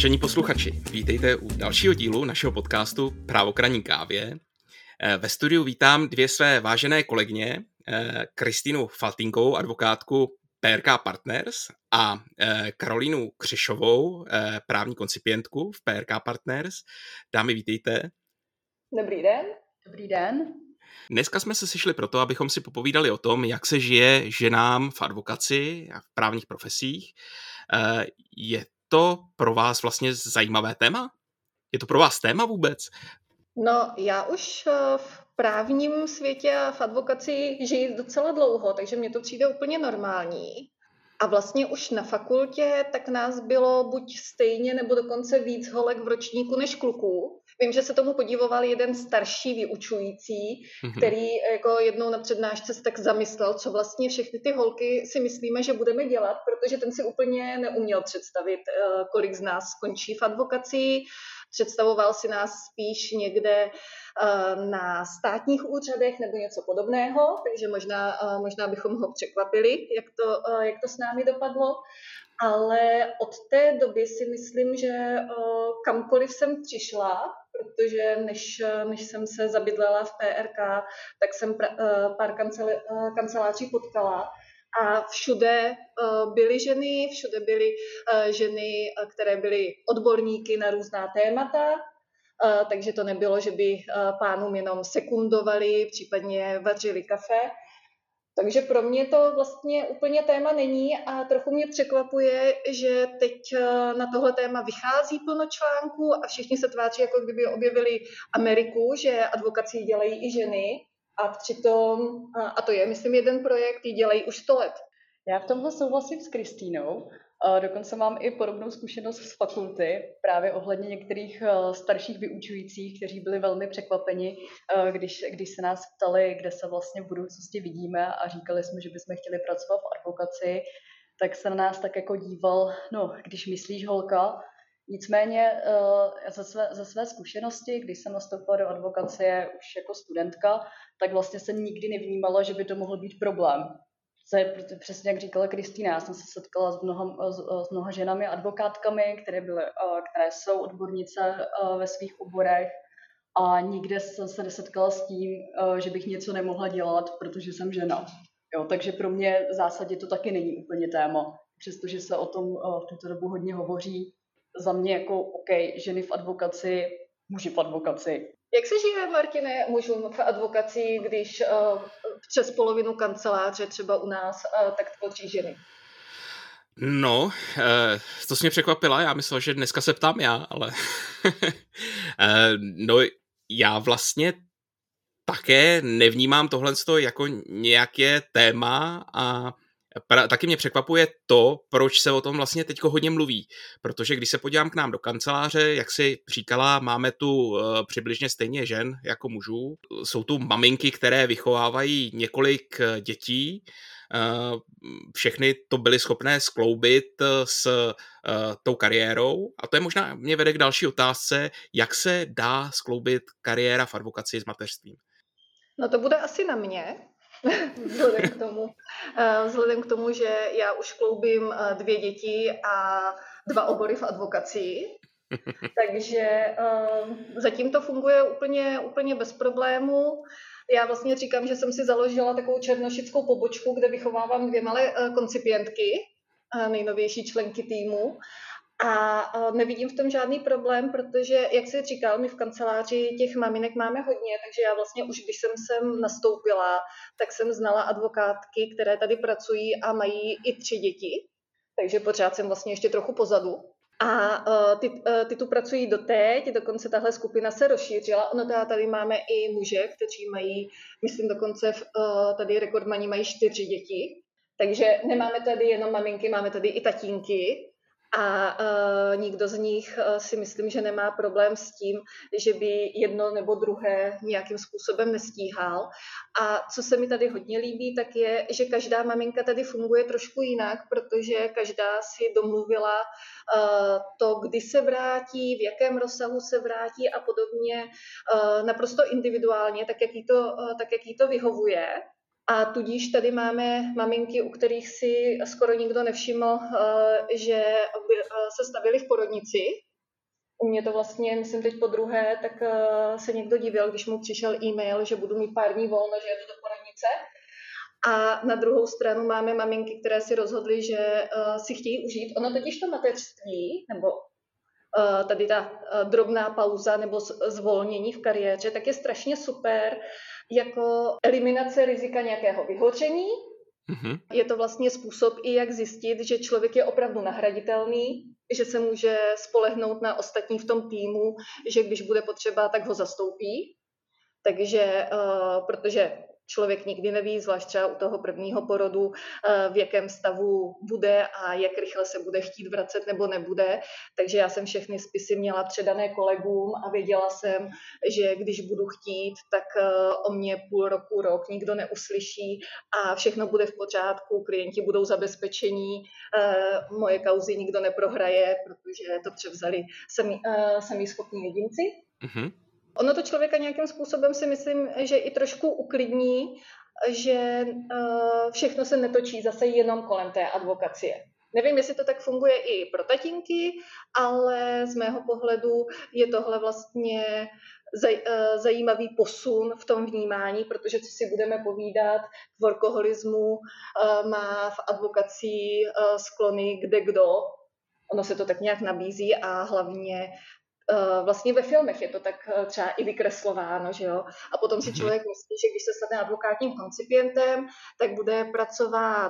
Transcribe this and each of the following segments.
Vážení posluchači, vítejte u dalšího dílu našeho podcastu Právo k ranní kávě. Ve studiu vítám dvě své vážené kolegyně, Kristýnu Faltýnkovou, advokátku PRK Partners, a Karolínu Křišovou, právní koncipientku v PRK Partners. Dámy, vítejte. Dobrý den. Dobrý den. Dneska jsme se sešli proto, abychom si popovídali o tom, jak se žije ženám v advokaci a v právních profesích. Je to pro vás vlastně zajímavé téma? Je to pro vás téma vůbec? No, já už v právním světě a v advokaci žiji docela dlouho, takže mně to přijde úplně normální. A vlastně už na fakultě tak nás bylo buď stejně nebo dokonce víc holek v ročníku než kluků. Vím, že se tomu podivoval jeden starší vyučující, který jako jednou na přednášce se tak zamyslel, co vlastně všechny ty holky si myslíme, že budeme dělat, protože ten si úplně neuměl představit, kolik z nás skončí v advokacii. Představoval si nás spíš někde na státních úřadech nebo něco podobného, takže možná bychom ho překvapili, jak to s námi dopadlo. Ale od té doby si myslím, že kamkoliv jsem přišla, protože než jsem se zabydlela v PRK, tak jsem pár kanceláří potkala. A všude byly ženy, které byly odborníky na různá témata, takže to nebylo, že by pánům jenom sekundovali, případně vařili kafe. Takže pro mě to vlastně úplně téma není a trochu mě překvapuje, že teď na tohle téma vychází plno článků a všichni se tváří, jako kdyby objevili Ameriku, že advokacii dělají i ženy. A přitom, a to je, myslím, jeden projekt, ji dělají už 100 let. Já v tomhle souhlasím s Kristýnou. Dokonce mám i podobnou zkušenost z fakulty, právě ohledně některých starších vyučujících, kteří byli velmi překvapeni, když se nás ptali, kde se vlastně v budoucnosti vidíme, a říkali jsme, že bychom chtěli pracovat v advokaci, tak se na nás tak jako díval, no, když myslíš holka. Nicméně ze své zkušenosti, když jsem nastoupila do advokacie už jako studentka, tak vlastně jsem nikdy nevnímala, že by to mohl být problém. Přesně jak říkala Kristýna, já jsem se setkala s mnoha ženami advokátkami, které jsou odbornice ve svých oborech, a nikde jsem se nesetkala s tím, že bych něco nemohla dělat, protože jsem žena. Jo, takže pro mě v zásadě to taky není úplně téma, přestože se o tom v tuto dobu hodně hovoří. Za mě jako OK, ženy v advokaci, muži v advokaci. Jak se žije, Martine, mužům v advokaci, když přes polovinu kanceláře třeba u nás tak tvoří ženy? No, to jsi mě překvapila, já myslel, že dneska se ptám já, ale no, já vlastně také nevnímám tohle jako nějaké téma a taky mě překvapuje to, proč se o tom vlastně teďko hodně mluví, protože když se podívám k nám do kanceláře, jak si říkala, máme tu přibližně stejně žen jako mužů, jsou tu maminky, které vychovávají několik dětí, všechny to byly schopné skloubit s tou kariérou, a to je možná mě vede k další otázce, jak se dá skloubit kariéra v advokacii s mateřstvím. No to bude asi na mě. Vzhledem k tomu, že já už kloubím 2 děti a 2 obory v advokacii, takže zatím to funguje úplně bez problému. Já vlastně říkám, že jsem si založila takovou černošickou pobočku, kde vychovávám 2 malé koncipientky, nejnovější členky týmu. A nevidím v tom žádný problém, protože, jak jsi říkal, my v kanceláři těch maminek máme hodně, takže já vlastně už, když jsem sem nastoupila, tak jsem znala advokátky, které tady pracují a mají i 3 děti, takže pořád jsem vlastně ještě trochu pozadu. A ty tu pracují doteď, dokonce tahle skupina se rozšířila. Ono tady máme i muže, kteří mají, myslím dokonce tady rekordmani mají 4 děti, takže nemáme tady jenom maminky, máme tady i tatínky. A nikdo z nich si myslím, že nemá problém s tím, že by jedno nebo druhé nějakým způsobem nestíhal. A co se mi tady hodně líbí, tak je, že každá maminka tady funguje trošku jinak, protože každá si domluvila to, kdy se vrátí, v jakém rozsahu se vrátí a podobně, naprosto individuálně, tak jak jí to vyhovuje. A tudíž tady máme maminky, u kterých si skoro nikdo nevšiml, že se stavili v porodnici, U mě to vlastně, myslím teď po druhé, tak se někdo divil, když mu přišel e-mail, že budu mít pár dní volno, že jedu do porodnice. A na druhou stranu máme maminky, které si rozhodly, že si chtějí užít. Ono totiž to mateřství, nebo tady ta drobná pauza nebo zvolnění v kariéře, tak je strašně super jako eliminace rizika nějakého vyhoření. Mhm. Je to vlastně způsob i jak zjistit, že člověk je opravdu nahraditelný, že se může spolehnout na ostatní v tom týmu, že když bude potřeba, tak ho zastoupí. Takže, protože člověk nikdy neví, zvlášť třeba u toho prvního porodu, v jakém stavu bude a jak rychle se bude chtít vracet nebo nebude. Takže já jsem všechny spisy měla předané kolegům a věděla jsem, že když budu chtít, tak o mě půl roku, rok nikdo neuslyší a všechno bude v pořádku, klienti budou zabezpečení, moje kauzy nikdo neprohraje, protože to převzali sami schopní jedinci. Mhm. Ono to člověka nějakým způsobem si myslím, že i trošku uklidní, že všechno se netočí zase jenom kolem té advokacie. Nevím, jestli to tak funguje i pro tatínky, ale z mého pohledu je tohle vlastně zajímavý posun v tom vnímání, protože co si budeme povídat, k workoholismu má v advokacii sklony kdekdo. Ono se to tak nějak nabízí a hlavně vlastně ve filmech je to tak třeba i vykreslováno, že jo? A potom si člověk myslí, že když se stane advokátním koncipientem, tak bude pracovat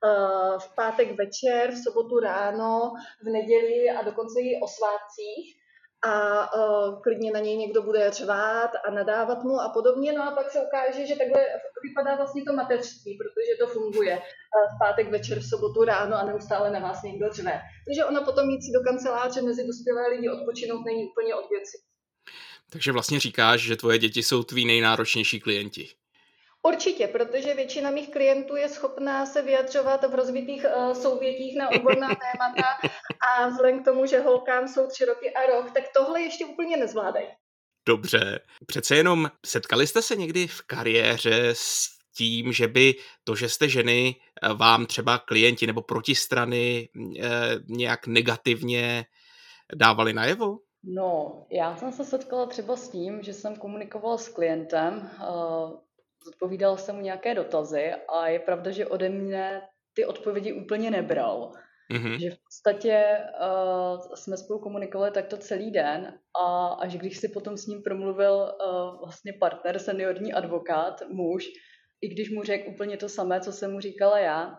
v pátek večer, v sobotu ráno, v neděli a dokonce i o svátcích a klidně na něj někdo bude řvát a nadávat mu a podobně. No a pak se ukáže, že takhle vypadá vlastně to mateřství, protože to funguje v pátek večer, v sobotu ráno a neustále na vás někdo řve. Takže ono potom jít si do kanceláře mezi dospělé lidi odpočinout není úplně od věci. Takže vlastně říkáš, že tvoje děti jsou tví nejnáročnější klienti. Určitě, protože většina mých klientů je schopná se vyjadřovat v rozvitých souvětích na odborná témata a vzhledem k tomu, že holkám jsou 3 roky a rok, tak tohle ještě úplně nezvládají. Dobře. Přece jenom setkali jste se někdy v kariéře s tím, že by to, že jste ženy, vám třeba klienti nebo protistrany nějak negativně dávali najevo? No, já jsem se setkala třeba s tím, že jsem komunikovala s klientem, zodpovídala jsem mu nějaké dotazy a je pravda, že ode mě ty odpovědi úplně nebral. Mhm. Že v podstatě jsme spolu komunikovali takto celý den a až když si potom s ním promluvil vlastně partner, seniorní advokát, muž, i když mu řekl úplně to samé, co jsem mu říkala já,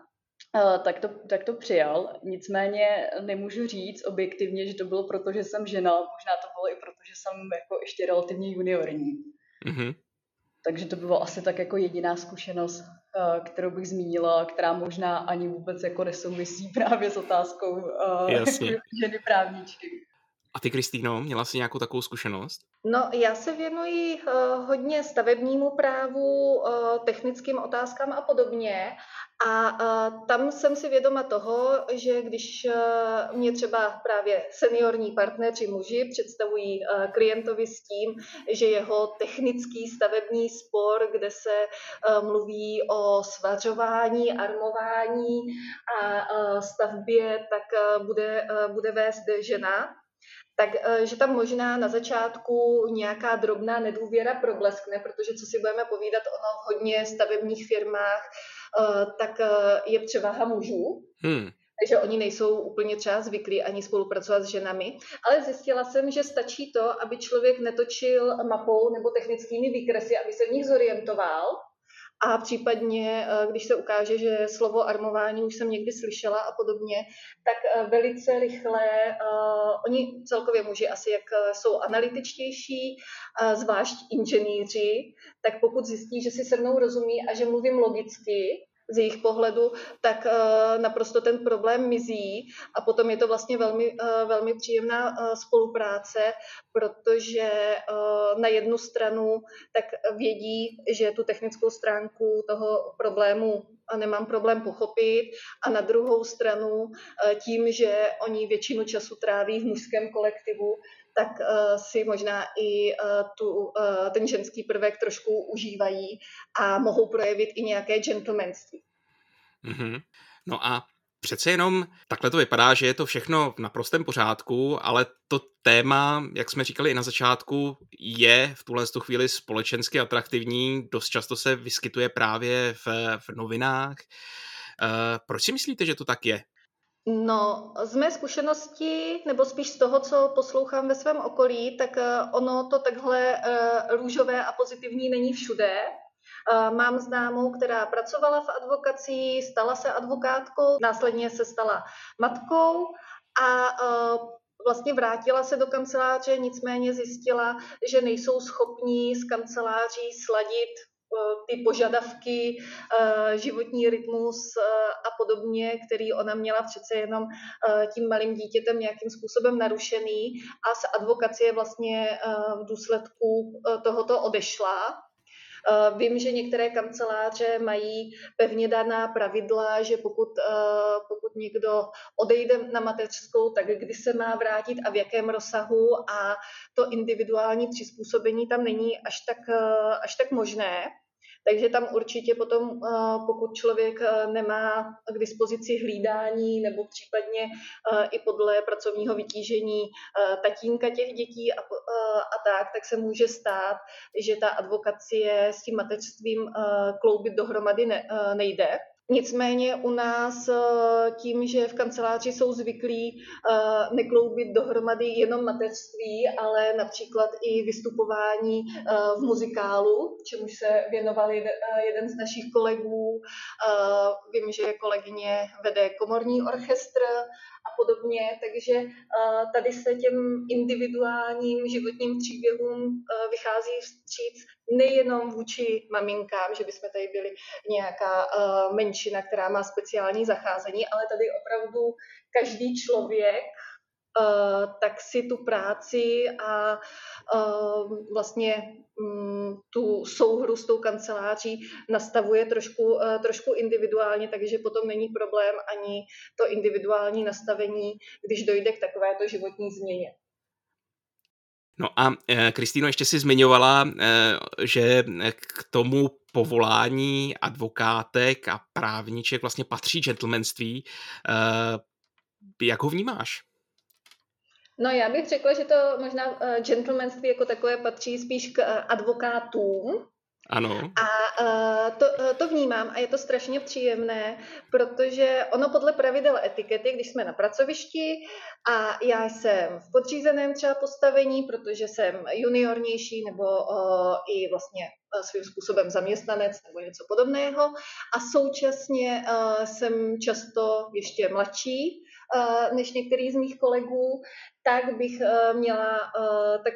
tak to přijal. Nicméně nemůžu říct objektivně, že to bylo proto, že jsem žena, možná to bylo i proto, že jsem jako ještě relativně juniorní. Mhm. Takže to bylo asi tak jako jediná zkušenost, kterou bych zmínila, která možná ani vůbec jako nesouvisí právě s otázkou Jasně. ženy právničky. A ty, Kristýno, měla jsi nějakou takovou zkušenost? No, já se věnuji hodně stavebnímu právu, technickým otázkám a podobně. A tam jsem si vědoma toho, že když mě třeba právě seniorní partneři muži představují klientovi s tím, že jeho technický stavební spor, kde se mluví o svařování, armování a stavbě, tak bude vést žena, takže tam možná na začátku nějaká drobná nedůvěra probleskne, protože co si budeme povídat, ono v hodně stavebních firmách, tak je převaha mužů. Takže oni nejsou úplně třeba zvyklí ani spolupracovat s ženami. Ale zjistila jsem, že stačí to, aby člověk netočil mapou nebo technickými výkresy, aby se v nich zorientoval. A případně, když se ukáže, že slovo armování už jsem někdy slyšela a podobně, tak velice rychle, oni celkově muži asi jak jsou analytičtější, zvlášť inženýři, tak pokud zjistí, že si se mnou rozumí a že mluvím logicky, z jejich pohledu, tak naprosto ten problém mizí a potom je to vlastně velmi příjemná spolupráce, protože na jednu stranu tak vědí, že tu technickou stránku toho problému nemám problém pochopit a na druhou stranu tím, že oni většinu času tráví v mužském kolektivu, tak si možná i ten ženský prvek trošku užívají a mohou projevit i nějaké gentlemanství. Mm-hmm. No a Přece jenom takhle to vypadá, že je to všechno v naprostém pořádku, ale to téma, jak jsme říkali i na začátku, je v tuhle chvíli společensky atraktivní, dost často se vyskytuje právě v novinách. Proč si myslíte, že to tak je? No, z mé zkušenosti, nebo spíš z toho, co poslouchám ve svém okolí, tak ono to takhle růžové a pozitivní není všude. Mám známou, která pracovala v advokacii, stala se advokátkou, následně se stala matkou a vlastně vrátila se do kanceláře, nicméně zjistila, že nejsou schopní s kanceláří sladit ty požadavky, životní rytmus a podobně, který ona měla přece jenom tím malým dítětem nějakým způsobem narušený a z advokacie vlastně v důsledku tohoto odešla. Vím, že některé kanceláře mají pevně daná pravidla, že pokud někdo odejde na mateřskou, tak kdy se má vrátit a v jakém rozsahu, a to individuální přizpůsobení tam není až tak možné. Takže tam určitě potom, pokud člověk nemá k dispozici hlídání nebo případně i podle pracovního vytížení tatínka těch dětí a tak se může stát, že ta advokacie s tím mateřstvím kloubit dohromady nejde. Nicméně u nás tím, že v kanceláři jsou zvyklí nekloubit dohromady jenom mateřství, ale například i vystupování v muzikálu, čemuž se věnoval jeden z našich kolegů. Vím, že kolegyně vede komorní orchestr a podobně, takže tady se těm individuálním životním příběhům vychází vstříc nejenom vůči maminkám, že bychom tady byli nějaká menšina, která má speciální zacházení, ale tady opravdu každý člověk tak si tu práci a vlastně tu souhru s tou kanceláří nastavuje trošku individuálně, takže potom není problém ani to individuální nastavení, když dojde k takovéto životní změně. No a Kristýno, ještě si zmiňovala, že k tomu povolání advokátek a právniček vlastně patří gentlemanství. Jak ho vnímáš? No, já bych řekla, že to možná gentlemanství jako takové patří spíš k advokátům. Ano. A to vnímám a je to strašně příjemné, protože ono podle pravidel etikety, když jsme na pracovišti a já jsem v podřízeném třeba postavení, protože jsem juniornější nebo i vlastně svým způsobem zaměstnanec nebo něco podobného, a současně jsem často ještě mladší než některý z mých kolegů, tak bych měla, tak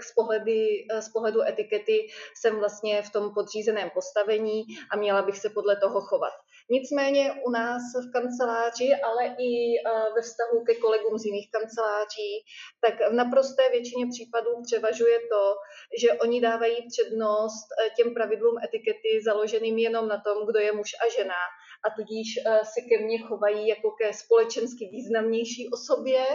z pohledu etikety jsem vlastně v tom podřízeném postavení a měla bych se podle toho chovat. Nicméně u nás v kanceláři, ale i ve vztahu ke kolegům z jiných kanceláří, tak v naprosté většině případů převažuje to, že oni dávají přednost těm pravidlům etikety založeným jenom na tom, kdo je muž a žena, a tudíž se ke mně chovají jako ke společensky významnější osobě.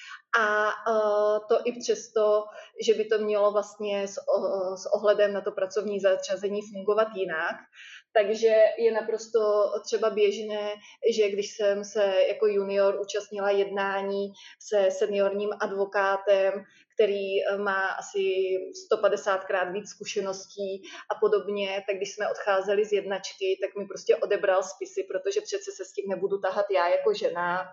A to i přesto, že by to mělo vlastně s ohledem na to pracovní zařazení fungovat jinak. Takže je naprosto třeba běžné, že když jsem se jako junior účastnila jednání se seniorním advokátem, který má asi 150krát víc zkušeností a podobně, tak když jsme odcházeli z jednačky, tak mi prostě odebral spisy, protože přece se s tím nebudu tahat já jako žena.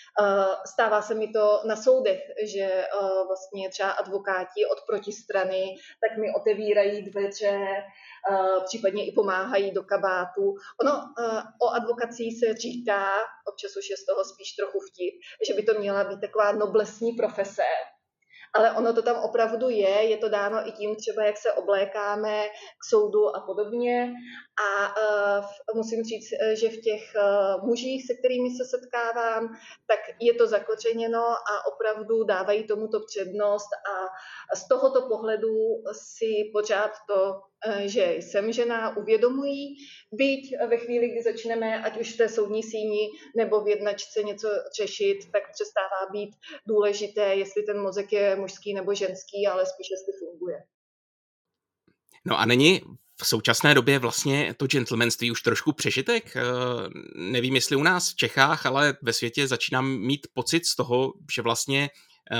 Stává se mi to na soudech, že vlastně třeba advokáti od protistrany tak mi otevírají dveře, případně i pomáhají do kabátu. Ono o advokacii se říká, občas už je z toho spíš trochu vtip, že by to měla být taková noblesní profese, ale ono to tam opravdu je to dáno i tím třeba, jak se oblékáme k soudu a podobně. A musím říct, že v těch mužích, se kterými se setkávám, tak je to zakořeněno a opravdu dávají tomuto přednost a z tohoto pohledu si pořád to, že jsem žena, uvědomují. Byť ve chvíli, kdy začneme, ať už v té soudní síni nebo v jednačce něco řešit, tak přestává být důležité, jestli ten mozek je mužský nebo ženský, ale spíš jestli funguje. No a není v současné době vlastně to gentlemanství už trošku přežitek. Nevím, jestli u nás v Čechách, ale ve světě začínám mít pocit z toho, že vlastně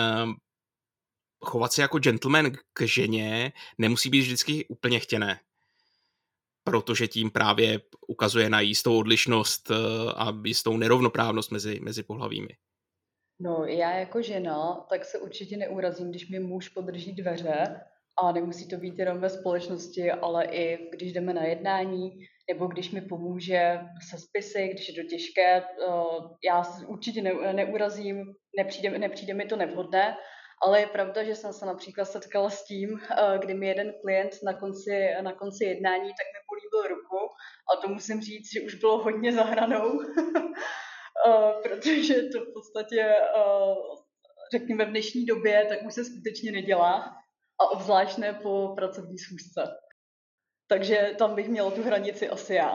chovat se jako gentleman k ženě nemusí být vždycky úplně chtěné. Protože tím právě ukazuje na jistou odlišnost a jistou nerovnoprávnost mezi pohlavími. No, já jako žena, tak se určitě neurazím, když mi muž podrží dveře, a nemusí to být jenom ve společnosti, ale i když jdeme na jednání, nebo když mi pomůže se spisy, když je to těžké, já určitě neurazím, nepřijde mi to nevhodné, ale je pravda, že jsem se například setkala s tím, kdy mi jeden klient na konci jednání tak mi políbil ruku, a to musím říct, že už bylo hodně za hranou, protože to v podstatě, řekněme, v dnešní době tak už se skutečně nedělá, a obzvlášť ne po pracovní schůzce. Takže tam bych měla tu hranici asi já.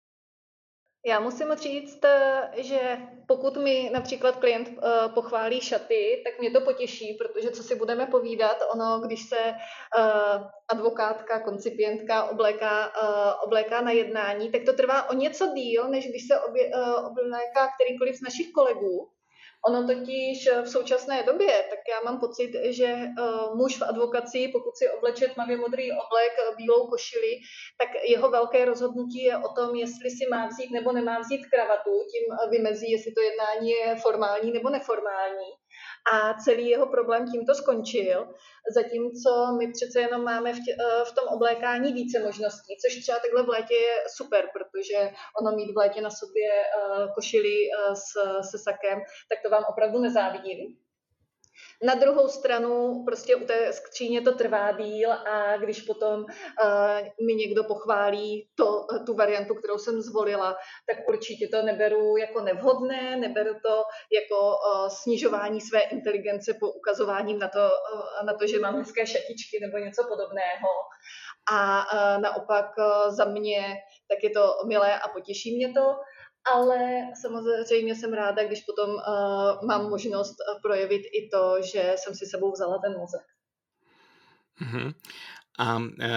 Já musím říct, že pokud mi například klient pochválí šaty, tak mě to potěší, protože co si budeme povídat, ono, když se advokátka, koncipientka obléká na jednání, tak to trvá o něco díl, než když se obléká kterýkoliv z našich kolegů. Ono totiž v současné době, tak já mám pocit, že muž v advokacii, pokud si obleče tmavě modrý oblek, bílou košili, tak jeho velké rozhodnutí je o tom, jestli si má vzít nebo nemá vzít kravatu, tím vymezí, jestli to jednání je formální nebo neformální. A celý jeho problém tímto skončil, zatímco my přece jenom máme v tom oblékání více možností, což třeba takhle v létě je super, protože ono mít v létě na sobě košili se sakem, tak to vám opravdu nezávidím. Na druhou stranu prostě u té skříně to trvá díl, a když potom mi někdo pochválí tu variantu, kterou jsem zvolila, tak určitě to neberu jako nevhodné, neberu to jako snižování své inteligence poukazováním na to, že mám hezké šatičky nebo něco podobného. A naopak za mě tak je to milé a potěší mě to. Ale samozřejmě jsem ráda, když potom mám možnost projevit i to, že jsem si sebou vzala ten mozek. Uh-huh. A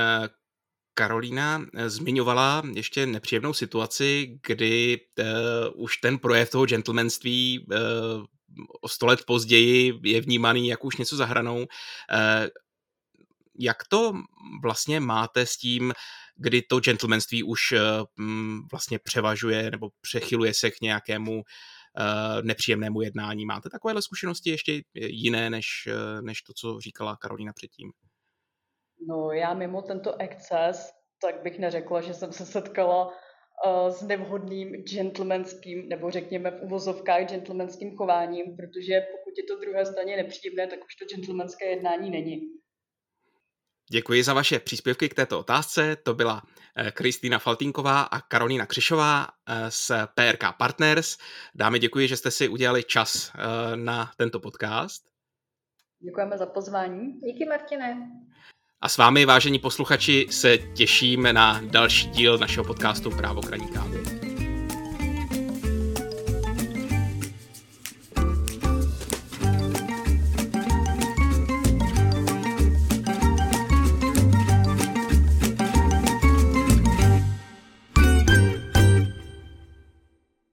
Karolína zmiňovala ještě nepříjemnou situaci, kdy už ten projev toho gentlemanství o 100 let později je vnímaný jako už něco za hranou. Jak to vlastně máte s tím, kdy to gentlemanství už vlastně převažuje nebo přechyluje se k nějakému nepříjemnému jednání? Máte takovéhle zkušenosti ještě jiné, než to, co říkala Karolína předtím? No, já mimo tento exces, tak bych neřekla, že jsem se setkala s nevhodným gentlemanským, nebo řekněme v uvozovkách gentlemanským chováním, protože pokud je to druhé straně nepříjemné, tak už to gentlemanské jednání není. Děkuji za vaše příspěvky k této otázce. To byla Kristýna Faltýnková a Karolína Křišová z PRK Partners. Dámy, děkuji, že jste si udělali čas na tento podcast. Děkujeme za pozvání. Díky, Martine. A s vámi, vážení posluchači, se těším na další díl našeho podcastu Právo k ranní kávě.